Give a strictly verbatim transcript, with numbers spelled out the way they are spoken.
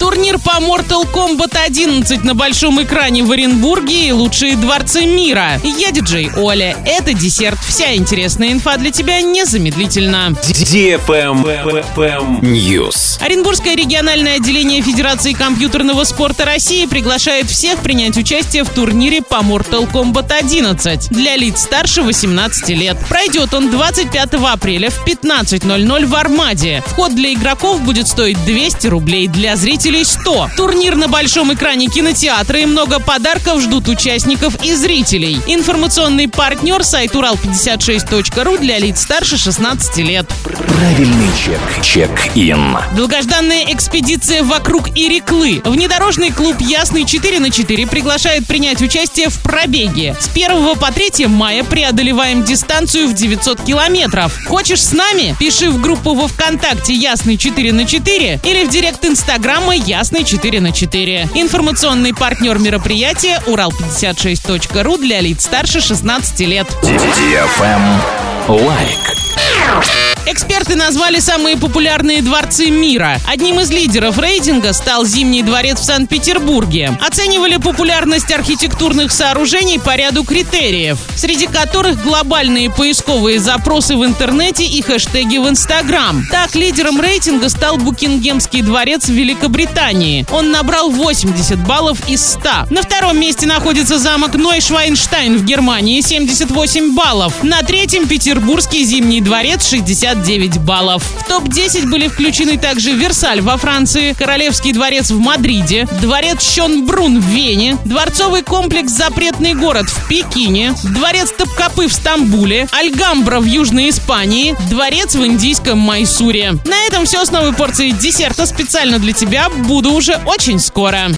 Турнир по Mortal Kombat одиннадцать на большом экране в Оренбурге и лучшие дворцы мира. Я диджей Оля. Это десерт. Вся интересная инфа для тебя незамедлительно. News. Оренбургское региональное отделение Федерации компьютерного спорта России приглашает всех принять участие в турнире по Mortal Kombat одиннадцать для лиц старше восемнадцати лет. Пройдет он двадцать пятого апреля в пятнадцать ноль ноль в Армаде. Вход для игроков будет стоить двести рублей, для зрителей сто. Турнир на большом экране кинотеатра и много подарков ждут участников и зрителей. Информационный партнер — сайт урал пятьдесят шесть точка ру для лиц старше шестнадцати лет. Правильный чек. Чек-ин. Долгожданная экспедиция вокруг Иреклы. Внедорожный клуб «Ясный четыре на четыре» приглашает принять участие в пробеге. С первого по третье мая преодолеваем дистанцию в девятьсот километров. Хочешь с нами? Пиши в группу во ВКонтакте «Ясный четыре на четыре» или в директ инстаграма «Ясный четыре на четыре». Информационный партнер мероприятия — урал пятьдесят шесть точка ру для лиц старше шестнадцати лет. Лайк. Эксперты назвали самые популярные дворцы мира. Одним из лидеров рейтинга стал Зимний дворец в Санкт-Петербурге. Оценивали популярность архитектурных сооружений по ряду критериев, среди которых глобальные поисковые запросы в интернете и хэштеги в Инстаграм. Так, лидером рейтинга стал Букингемский дворец в Великобритании. Он набрал восемьдесят баллов из ста. На втором месте находится замок Нойшвайнштайн в Германии — семьдесят восемь баллов. На третьем — Петербургский Зимний дворец — шестьдесят девять баллов. В топ десять были включены также Версаль во Франции, Королевский дворец в Мадриде, дворец Шонбрунн в Вене, дворцовый комплекс Запретный город в Пекине, дворец Топкапы в Стамбуле, Альгамбра в Южной Испании, дворец в индийском Майсуре. На этом все с новой порцией десерта специально для тебя. Буду уже очень скоро.